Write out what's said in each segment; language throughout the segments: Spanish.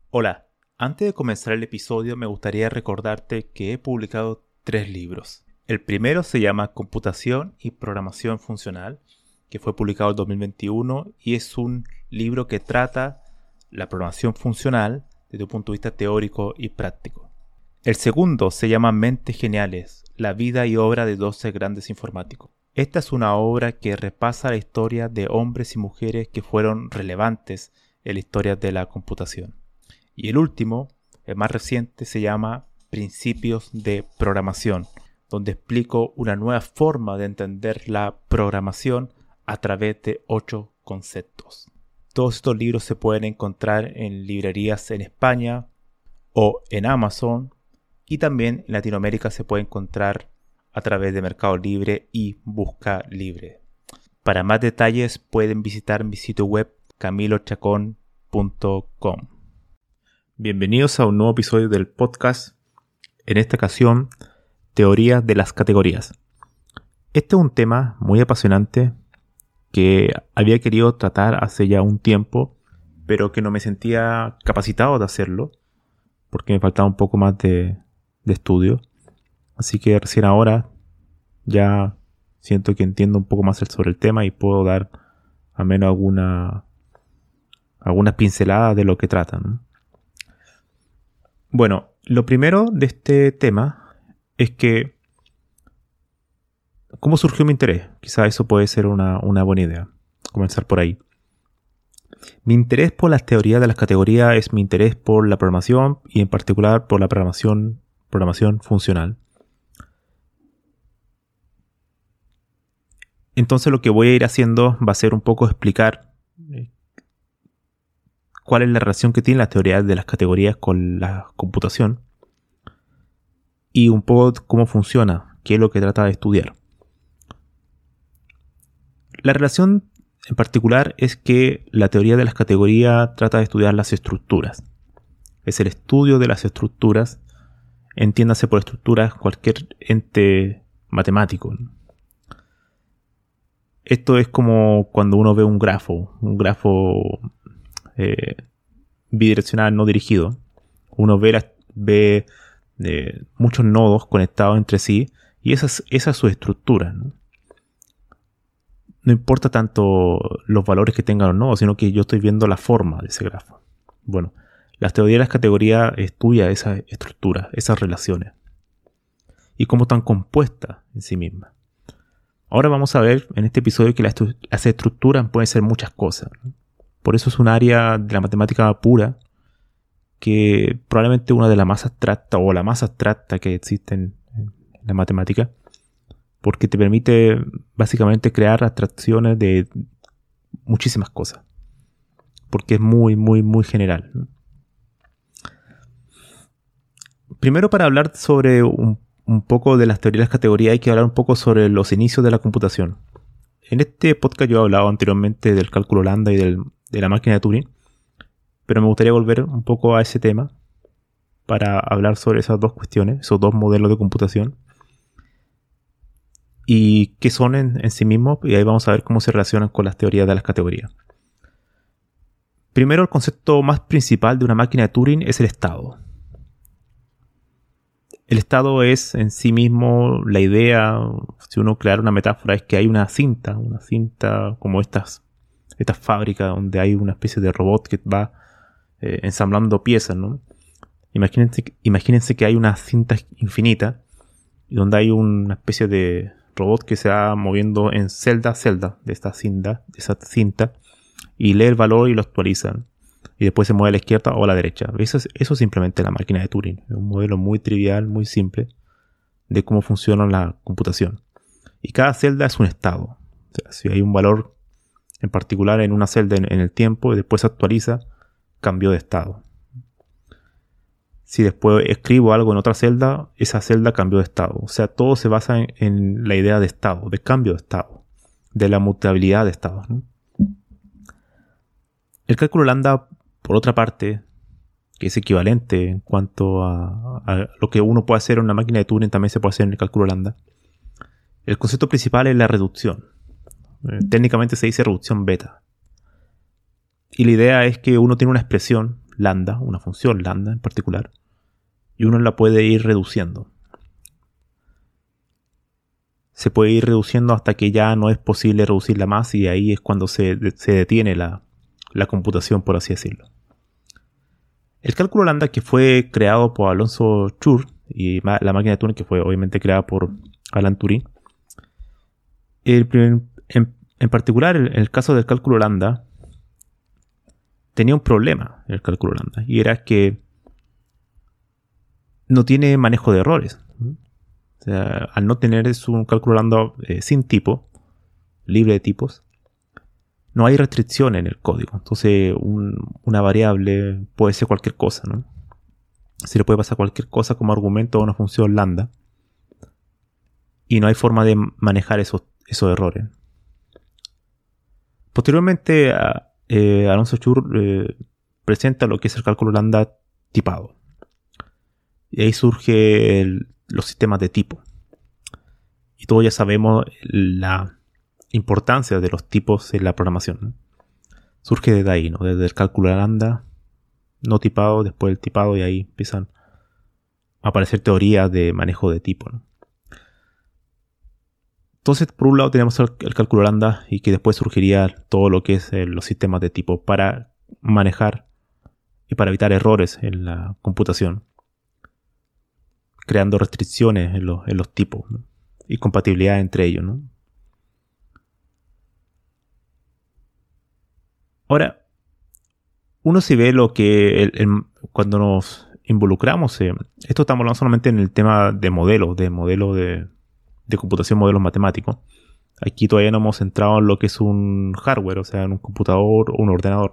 Hola, antes de comenzar el episodio me gustaría recordarte que he publicado 3 libros. El primero se llama Computación y Programación Funcional, que fue publicado en 2021 y es un libro que trata la programación funcional desde un punto de vista teórico y práctico. El segundo se llama Mentes Geniales, la vida y obra de 12 grandes informáticos. Esta es una obra que repasa la historia de hombres y mujeres que fueron relevantes en la historia de la computación. Y el último, el más reciente, se llama Principios de Programación, donde explico una nueva forma de entender la programación a través de 8 conceptos. Todos estos libros se pueden encontrar en librerías en España o en Amazon, y también en Latinoamérica se puede encontrar a través de Mercado Libre y Busca Libre. Para más detalles pueden visitar mi sitio web camilochacon.com. Bienvenidos a un nuevo episodio del podcast, en esta ocasión, Teoría de las categorías. Este es un tema muy apasionante que había querido tratar hace ya un tiempo, pero que no me sentía capacitado de hacerlo, porque me faltaba un poco más de estudio. Así que recién ahora ya siento que entiendo un poco más sobre el tema y puedo dar al menos algunas pinceladas de lo que trata, ¿no? Bueno, lo primero de este tema es que ¿cómo surgió mi interés? Quizá eso puede ser una buena idea, comenzar por ahí. Mi interés por las teorías de las categorías es mi interés por la programación y en particular por la programación funcional. Entonces lo que voy a ir haciendo va a ser un poco explicar cuál es la relación que tienen las teorías de las categorías con la computación y un poco cómo funciona, qué es lo que trata de estudiar. La relación en particular es que la teoría de las categorías trata de estudiar las estructuras. Es el estudio de las estructuras, entiéndase por estructuras cualquier ente matemático. Esto es como cuando uno ve un grafo bidireccional no dirigido. Uno ve muchos nodos conectados entre sí y esa es su estructura, ¿no? No importa tanto los valores que tengan los nodos, sino que yo estoy viendo la forma de ese grafo. Bueno, las teorías de las categorías estudian esa estructura, esas relaciones y cómo están compuestas en sí mismas. Ahora vamos a ver en este episodio que las estructuras pueden ser muchas cosas, ¿no? Por eso es un área de la matemática pura que probablemente una de las más abstractas o la más abstracta que existe en la matemática, porque te permite básicamente crear abstracciones de muchísimas cosas, porque es muy, muy, muy general, ¿no? Primero, para hablar sobre un poco de las teorías de las categorías, hay que hablar un poco sobre los inicios de la computación. En este podcast yo he hablado anteriormente del cálculo lambda y de la máquina de Turing, pero me gustaría volver un poco a ese tema para hablar sobre esas dos cuestiones, esos dos modelos de computación y qué son en sí mismos, y ahí vamos a ver cómo se relacionan con las teorías de las categorías. Primero, el concepto más principal de una máquina de Turing es el estado. El estado es en sí mismo la idea, si uno creara una metáfora, es que hay una cinta como estas fábricas donde hay una especie de robot que va ensamblando piezas, ¿no? Imagínense que hay una cinta infinita y donde hay una especie de robot que se va moviendo en celda a celda de esa cinta y lee el valor y lo actualiza, ¿no? Y después se mueve a la izquierda o a la derecha. Eso es simplemente la máquina de Turing. Es un modelo muy trivial, muy simple de cómo funciona la computación. Y cada celda es un estado. O sea, si hay un valor en particular en una celda en el tiempo y después se actualiza, cambió de estado. Si después escribo algo en otra celda, esa celda cambió de estado. O sea, todo se basa en la idea de estado, de cambio de estado, de la mutabilidad de estados, ¿no? El cálculo lambda, por otra parte, que es equivalente en cuanto a lo que uno puede hacer en una máquina de Turing, también se puede hacer en el cálculo lambda. El concepto principal es la reducción. Técnicamente se dice reducción beta. Y la idea es que uno tiene una expresión, lambda, una función lambda en particular, y uno la puede ir reduciendo. Se puede ir reduciendo hasta que ya no es posible reducirla más, y ahí es cuando se detiene la computación, por así decirlo. El cálculo lambda, que fue creado por Alonso Chur, y la máquina de Turing, que fue obviamente creada por Alan Turing, en particular el caso del cálculo lambda tenía un problema, el cálculo lambda, y era que no tiene manejo de errores. O sea, al no tener un cálculo lambda sin tipo, libre de tipos, no hay restricción en el código. Entonces una variable puede ser cualquier cosa, ¿no? Se le puede pasar cualquier cosa como argumento a una función lambda, y no hay forma de manejar esos errores. Posteriormente, Alonso Chur presenta lo que es el cálculo lambda tipado. Y ahí surgen los sistemas de tipo. Y todos ya sabemos la importancia de los tipos en la programación, ¿no? Surge desde ahí, ¿no? Desde el cálculo lambda no tipado, después el tipado, y ahí empiezan a aparecer teorías de manejo de tipo, ¿no? Entonces, por un lado tenemos el cálculo lambda, y que después surgiría todo lo que es los sistemas de tipo para manejar y para evitar errores en la computación, creando restricciones en los tipos, ¿no? Y compatibilidad entre ellos, ¿no? Ahora, uno se ve lo que cuando nos involucramos, esto estamos hablando solamente en el tema de modelos de computación, modelos matemáticos. Aquí todavía no hemos centrado en lo que es un hardware, o sea, en un computador o un ordenador.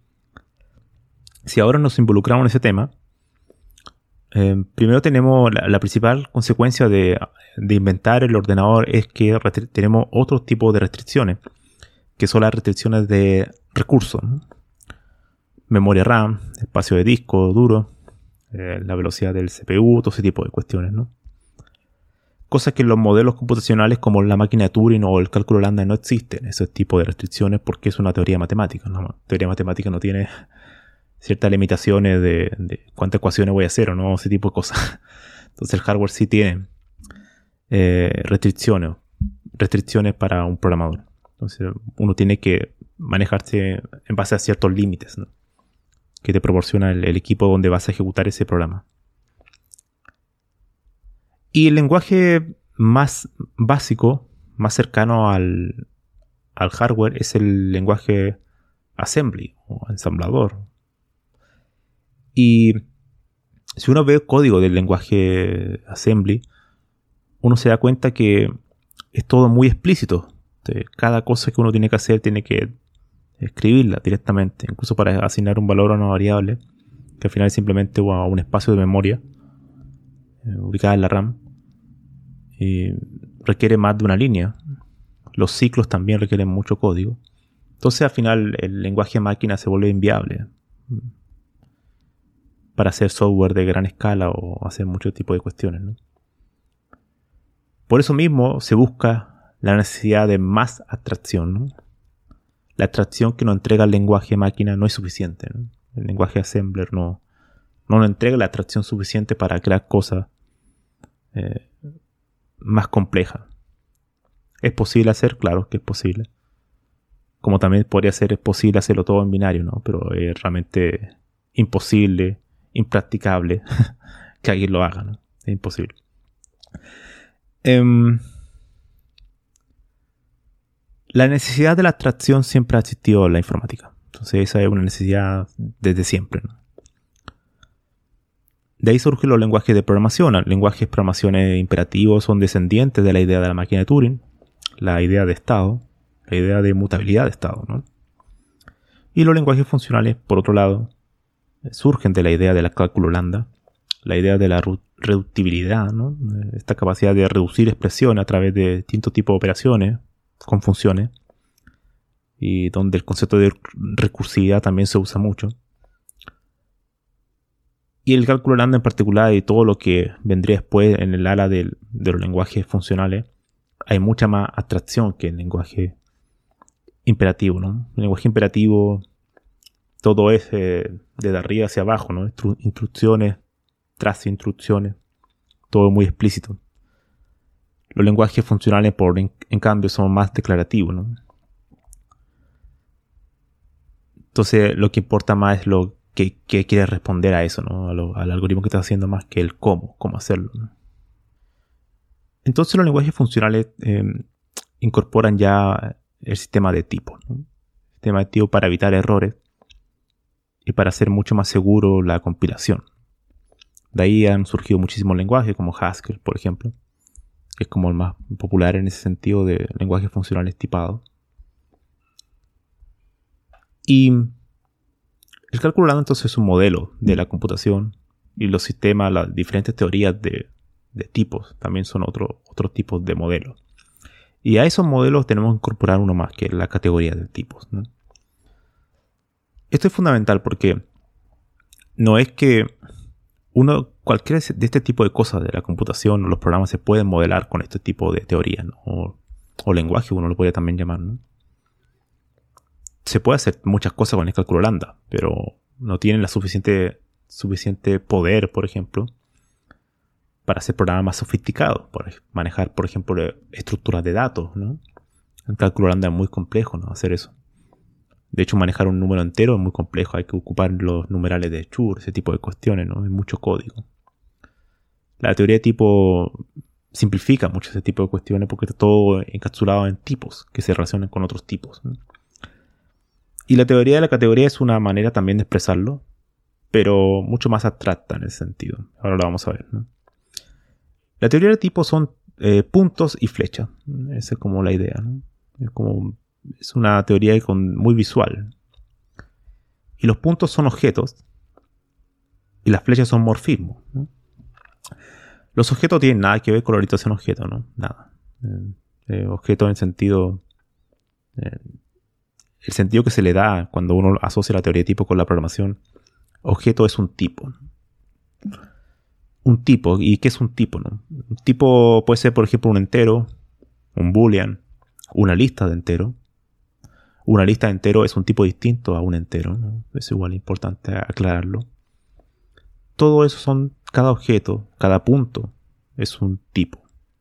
Si ahora nos involucramos en ese tema, primero tenemos la principal consecuencia de inventar el ordenador es que tenemos otro tipo de restricciones, que son las restricciones de recursos, ¿no? Memoria RAM, espacio de disco duro, la velocidad del CPU, todo ese tipo de cuestiones, ¿no? Cosas que en los modelos computacionales como la máquina de Turing o el cálculo lambda no existen, ese tipo de restricciones, porque es una teoría matemática, ¿no? La teoría matemática no tiene ciertas limitaciones de cuántas ecuaciones voy a hacer o no, ese tipo de cosas. Entonces el hardware sí tiene restricciones para un programador. Entonces uno tiene que manejarse en base a ciertos límites, ¿no?, que te proporciona el equipo donde vas a ejecutar ese programa. Y el lenguaje más básico, más cercano al hardware, es el lenguaje assembly o ensamblador. Y si uno ve el código del lenguaje assembly, uno se da cuenta que es todo muy explícito. Cada cosa que uno tiene que hacer tiene que escribirla directamente, incluso para asignar un valor a una variable, que al final es simplemente un espacio de memoria ubicada en la RAM. Y requiere más de una línea. Los ciclos también requieren mucho código. Entonces al final el lenguaje máquina se vuelve inviable para hacer software de gran escala o hacer mucho tipo de cuestiones, ¿no? Por eso mismo se busca la necesidad de más abstracción, ¿no? La abstracción que nos entrega el lenguaje máquina no es suficiente, ¿no? El lenguaje assembler no nos entrega la abstracción suficiente para crear cosas más complejas. ¿Es posible hacer? Claro que es posible. Como también podría ser, es posible hacerlo todo en binario, ¿no? Pero es realmente imposible, impracticable que alguien lo haga, ¿no? Es imposible. La necesidad de la abstracción siempre ha existido en la informática. Entonces esa es una necesidad desde siempre, ¿no? De ahí surgen los lenguajes de programación. Los lenguajes de programación imperativos son descendientes de la idea de la máquina de Turing, la idea de estado, la idea de mutabilidad de estado, ¿no? Y los lenguajes funcionales, por otro lado, surgen de la idea del cálculo lambda, la idea de la reductibilidad, ¿no? Esta capacidad de reducir expresiones a través de distintos tipos de operaciones con funciones, y donde el concepto de recursividad también se usa mucho. Y el cálculo lambda en particular y todo lo que vendría después en el ala de los lenguajes funcionales, hay mucha más abstracción que en el lenguaje imperativo, ¿no? El lenguaje imperativo todo es desde arriba hacia abajo, ¿no? Instrucciones tras instrucciones, todo muy explícito. Los lenguajes funcionales, en cambio, son más declarativos, ¿no? Entonces, lo que importa más es lo que quiere responder a eso, ¿no? Al algoritmo que está haciendo, más que el cómo hacerlo, ¿no? Entonces, los lenguajes funcionales incorporan ya el sistema de tipos, ¿no? El sistema de tipos para evitar errores y para hacer mucho más seguro la compilación. De ahí han surgido muchísimos lenguajes, como Haskell, por ejemplo, que es como el más popular en ese sentido de lenguajes funcionales tipados. Y el cálculo lambda entonces es un modelo de la computación, y los sistemas, las diferentes teorías de tipos también son otros tipos de modelos. Y a esos modelos tenemos que incorporar uno más, que es la categoría de tipos, ¿no? Esto es fundamental porque no es que cualquiera de este tipo de cosas de la computación o los programas se pueden modelar con este tipo de teoría, ¿no? O lenguaje, uno lo puede también llamar, ¿no? Se puede hacer muchas cosas con el cálculo lambda, pero no tienen la suficiente poder, por ejemplo, para hacer programas más sofisticados, para manejar, por ejemplo, estructuras de datos, ¿no? El cálculo lambda es muy complejo, ¿no? Hacer eso. De hecho, manejar un número entero es muy complejo. Hay que ocupar los numerales de Schur, ese tipo de cuestiones, ¿no? Hay mucho código. La teoría de tipo simplifica mucho ese tipo de cuestiones porque está todo encapsulado en tipos que se relacionan con otros tipos, ¿no? Y la teoría de la categoría es una manera también de expresarlo, pero mucho más abstracta en ese sentido. Ahora lo vamos a ver, ¿no? La teoría de tipos son puntos y flechas. Esa es como la idea, ¿no? Es una teoría muy visual. Y los puntos son objetos y las flechas son morfismos, ¿no? Los objetos tienen nada que ver con la orientación objeto, ¿no? Nada. Objeto en el sentido que se le da cuando uno asocia la teoría de tipo con la programación. Objeto es un tipo. Un tipo. ¿Y qué es un tipo, no? Un tipo puede ser, por ejemplo, un entero, un boolean, una lista de enteros. Una lista de enteros es un tipo distinto a un entero, ¿no? Es igual importante aclararlo. Todo eso cada objeto, cada punto es un tipo.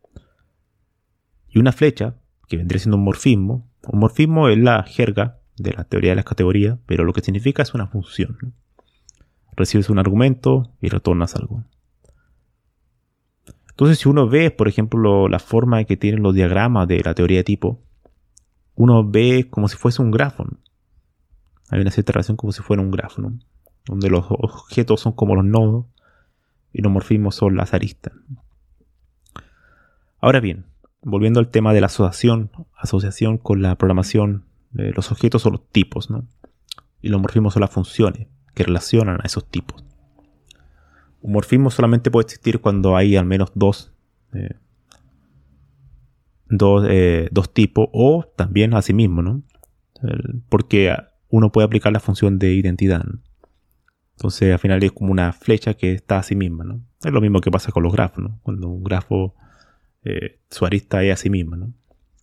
Y una flecha, que vendría siendo un morfismo. Un morfismo es la jerga de la teoría de las categorías, pero lo que significa es una función, ¿no? Recibes un argumento y retornas algo. Entonces, si uno ve, por ejemplo, la forma que tienen los diagramas de la teoría de tipo, uno ve como si fuese un grafo, ¿no? Hay una cierta relación como si fuera un grafo, ¿no? Donde los objetos son como los nodos y los morfismos son las aristas. Ahora bien, volviendo al tema de la asociación con la programación, los objetos son los tipos, ¿no? Y los morfismos son las funciones que relacionan a esos tipos. Un morfismo solamente puede existir cuando hay al menos dos tipos, o también a sí mismo, ¿no? Porque uno puede aplicar la función de identidad, ¿no? Entonces al final es como una flecha que está a sí misma, ¿no? Es lo mismo que pasa con los grafos, ¿no? Cuando un grafo, su arista es a sí misma, ¿no?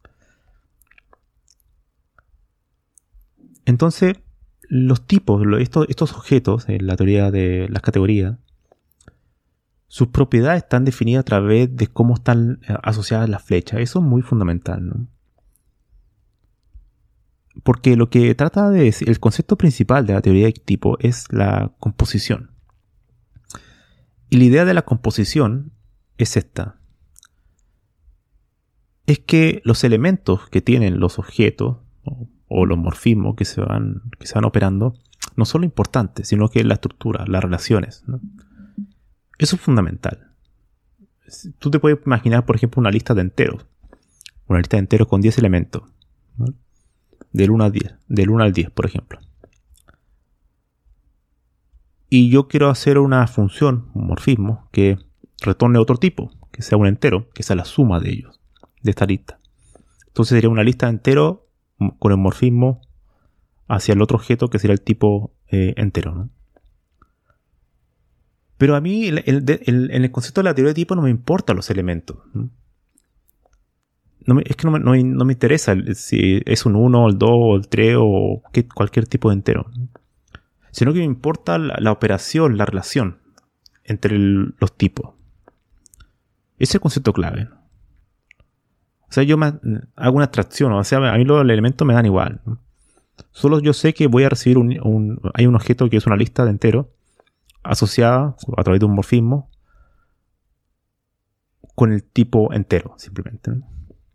Entonces los tipos, estos objetos en la teoría de las categorías, sus propiedades están definidas a través de cómo están asociadas las flechas. Eso es muy fundamental, ¿no? Porque lo que trata de decir, el concepto principal de la teoría de tipo es la composición. Y la idea de la composición es esta. Es que los elementos que tienen los objetos o los morfismos que se van operando no son lo importante, sino que la estructura, las relaciones, ¿no? Eso es fundamental. Tú te puedes imaginar, por ejemplo, una lista de enteros. Una lista de enteros con 10 elementos, ¿no? Del 1 al 10. Del 1 al 10, por ejemplo. Y yo quiero hacer una función, un morfismo, que retorne otro tipo, que sea un entero, que sea la suma de ellos, de esta lista. Entonces sería una lista de enteros con el morfismo hacia el otro objeto, que sería el tipo entero, ¿no? Pero a mí, en el concepto de la teoría de tipo, no me importan los elementos, ¿no? Es que no me interesa si es un 1, el 2, o el 3, o cualquier tipo de entero, ¿no? sino que me importa la operación, la relación entre los tipos. Ese es el concepto clave. O sea, yo hago una abstracción, o sea, a mí los elementos me dan igual, ¿no? Solo yo sé que voy a recibir hay un objeto que es una lista de enteros asociada a través de un morfismo con el tipo entero, simplemente, ¿no?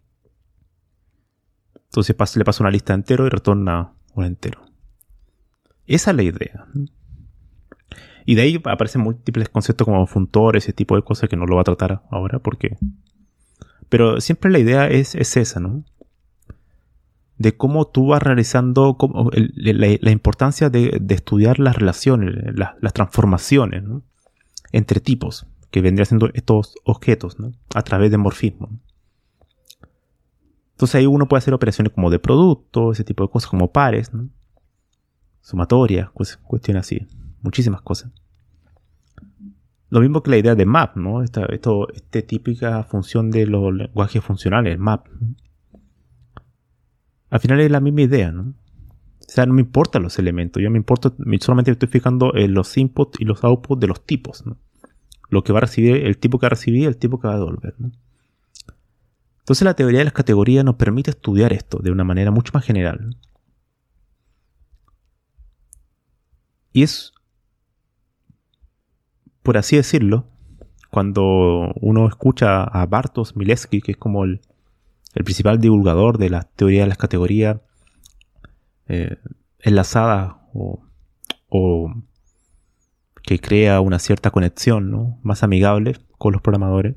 Entonces le paso una lista de enteros y retorna un entero. Esa es la idea. Y de ahí aparecen múltiples conceptos como funtores, ese tipo de cosas que no lo va a tratar ahora, porque... Pero siempre la idea es esa, ¿no? De cómo tú vas realizando la importancia de estudiar las relaciones, las transformaciones, ¿no? Entre tipos, que vendrían siendo estos objetos, ¿no? A través de morfismo. Entonces ahí uno puede hacer operaciones como de producto, ese tipo de cosas, como pares, ¿no? Sumatorias, cuestiones así. Muchísimas cosas. Lo mismo que la idea de map, ¿no? Esta típica función de los lenguajes funcionales, map, ¿no? Al final es la misma idea, ¿no? O sea, no me importan los elementos. Solamente estoy fijando en los inputs y los outputs de los tipos, ¿no? Lo que va a recibir, el tipo que va a recibir y el tipo que va a devolver, ¿no? Entonces la teoría de las categorías nos permite estudiar esto de una manera mucho más general, ¿no? Y es, por así decirlo, cuando uno escucha a Bartosz Milewski, que es como el principal divulgador de la teoría de las categorías enlazadas o que crea una cierta conexión, ¿no? Más amigable con los programadores.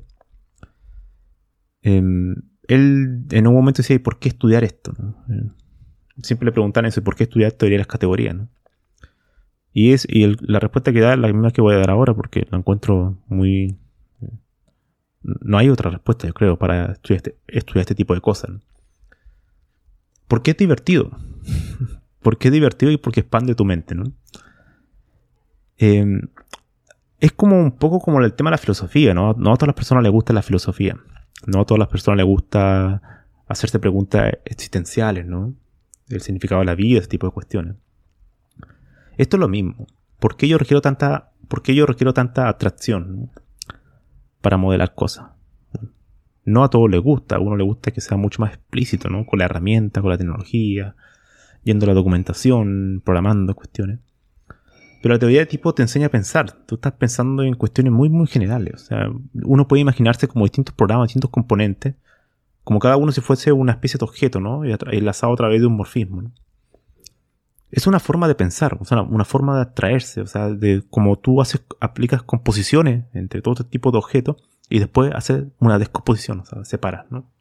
Él en un momento decía, ¿por qué estudiar esto, no? Siempre le preguntan eso, ¿por qué estudiar teoría de las categorías, no? Y la respuesta que da es la misma que voy a dar ahora, porque la encuentro muy... No hay otra respuesta, yo creo, para estudiar este tipo de cosas, ¿no? ¿Por qué es divertido? ¿Por qué es divertido? Y porque expande tu mente, ¿no? Es como un poco como el tema de la filosofía, ¿no? No a todas las personas les gusta la filosofía. No a todas las personas les gusta hacerse preguntas existenciales, ¿no? El significado de la vida, ese tipo de cuestiones. Esto es lo mismo. ¿Por qué yo requiero tanta abstracción, ¿no? Para modelar cosas? No a todos les gusta. A uno le gusta que sea mucho más explícito, ¿no? Con la herramienta, con la tecnología, yendo a la documentación, programando cuestiones. Pero la teoría de tipo te enseña a pensar. Tú estás pensando en cuestiones muy, muy generales. O sea, uno puede imaginarse como distintos programas, distintos componentes, como cada uno si fuese una especie de objeto, ¿no? Y enlazado a través de un morfismo, ¿no? Es una forma de pensar, o sea, una forma de abstraerse, o sea, de cómo tú aplicas composiciones entre todo este tipo de objetos y después haces una descomposición, o sea, separas, ¿no?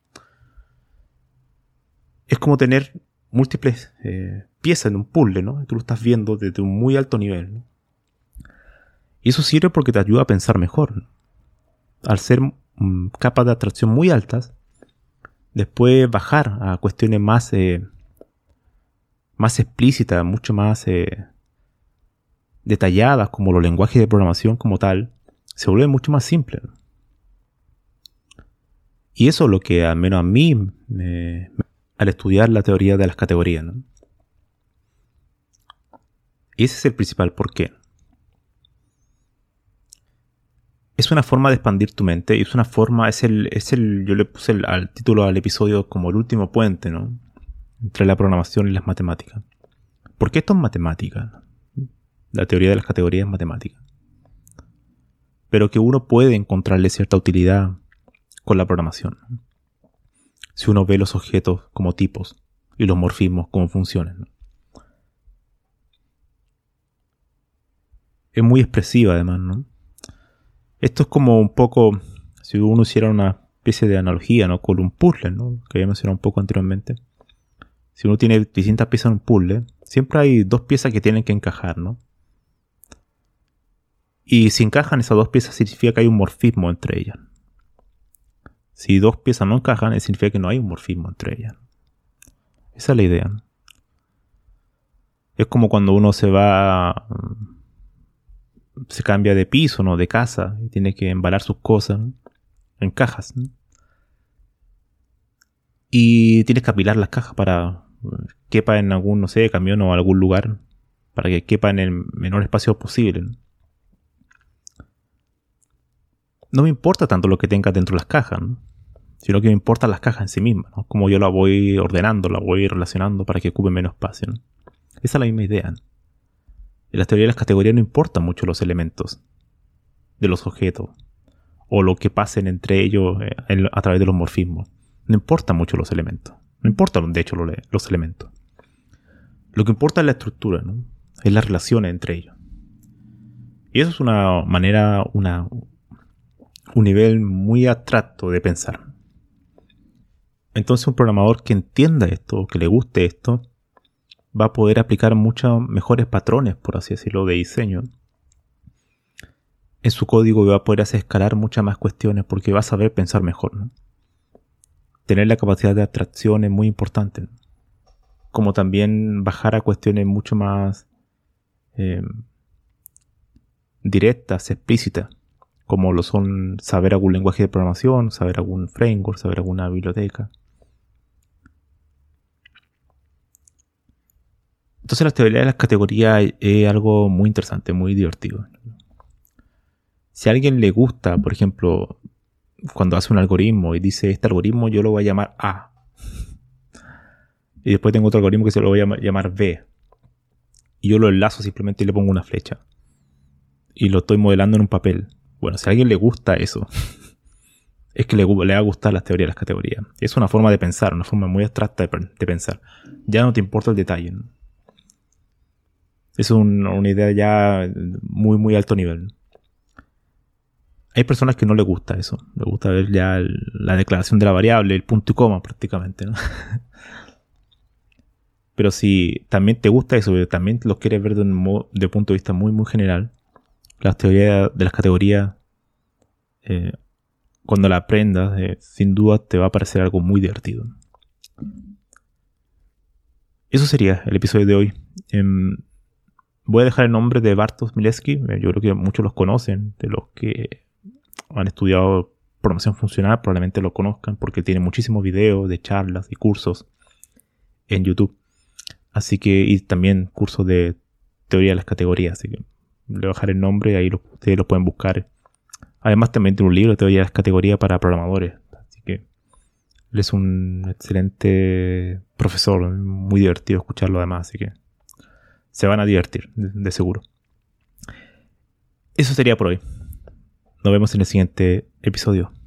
Es como tener múltiples piezas en un puzzle, ¿no? Tú lo estás viendo desde un muy alto nivel, ¿no? Y eso sirve porque te ayuda a pensar mejor, ¿no? Al ser capas de abstracción muy altas, después bajar a cuestiones más explícitas, mucho más detalladas, como los lenguajes de programación como tal, se vuelve mucho más simple, ¿no? Y eso es lo que al menos a mí al estudiar la teoría de las categorías, ¿no? Y ese es el principal porqué. Es una forma de expandir tu mente y es una forma, yo le puse al título al episodio como el último puente, ¿no? Entre la programación y las matemáticas. ¿Por qué esto es matemática? La teoría de las categorías es matemática. Pero que uno puede encontrarle cierta utilidad con la programación, ¿no? Si uno ve los objetos como tipos y los morfismos como funciones, ¿no? Es muy expresiva además, ¿no? Esto es como un poco, si uno hiciera una especie de analogía, ¿no? Con un puzzle, ¿no? Que había mencionado un poco anteriormente. Si uno tiene distintas piezas en un puzzle, siempre hay dos piezas que tienen que encajar, ¿no? Y si encajan esas dos piezas significa que hay un morfismo entre ellas. Si dos piezas no encajan, significa que no hay un morfismo entre ellas. Esa es la idea, ¿no? Es como cuando uno se cambia de piso, ¿no? De casa, y tiene que embalar sus cosas, ¿no? En cajas, ¿no? Y tienes que apilar las cajas para quepa en algún, no sé, camión o algún lugar para que quepa en el menor espacio posible. No me importa tanto lo que tenga dentro de las cajas, ¿no? Sino que me importan las cajas en sí mismas, ¿no? Como yo la voy ordenando, la voy relacionando para que ocupe menos espacio, ¿no? Esa es la misma idea, ¿no? En las teorías de las categorías no importan mucho los elementos de los objetos o lo que pasen entre ellos a través de los morfismos. No importan mucho los elementos. No importan, de hecho, los elementos. Lo que importa es la estructura, ¿no? Es las relaciones entre ellos. Y eso es una manera, un nivel muy abstracto de pensar. Entonces un programador que entienda esto, que le guste esto, va a poder aplicar muchos mejores patrones, por así decirlo, de diseño. En su código va a poder hacer escalar muchas más cuestiones porque va a saber pensar mejor, ¿no? Tener la capacidad de abstracción es muy importante, ¿no? Como también bajar a cuestiones mucho más directas, explícitas, como lo son saber algún lenguaje de programación, saber algún framework, saber alguna biblioteca. Entonces la teoría de las categorías es algo muy interesante, muy divertido. Si a alguien le gusta, por ejemplo, cuando hace un algoritmo y dice, este algoritmo yo lo voy a llamar A, y después tengo otro algoritmo que se lo voy a llamar B, y yo lo enlazo simplemente y le pongo una flecha, y lo estoy modelando en un papel. Bueno, si a alguien le gusta eso, es que le va a gustar las teorías de las categorías. Es una forma de pensar, una forma muy abstracta de pensar. Ya no te importa el detalle, ¿no? Es una idea ya muy, muy alto nivel, ¿no? Hay personas que no les gusta eso. Les gusta ver ya la declaración de la variable, el punto y coma prácticamente, ¿no? Pero si también te gusta eso, pero también lo quieres ver de punto de vista muy, muy general, las teorías de las categorías, cuando la aprendas, sin duda te va a parecer algo muy divertido. Eso sería el episodio de hoy. Voy a dejar el nombre de Bartosz Milewski. Yo creo que muchos los conocen, de los que han estudiado programación funcional, probablemente lo conozcan porque tiene muchísimos videos de charlas y cursos en YouTube. Así que, y también cursos de teoría de las categorías. Así que le voy a dejar el nombre y ahí ustedes lo pueden buscar. Además también tiene un libro de teoría de las categorías para programadores. Así que él es un excelente profesor, muy divertido escucharlo además. Así que se van a divertir, de seguro. Eso sería por hoy. Nos vemos en el siguiente episodio.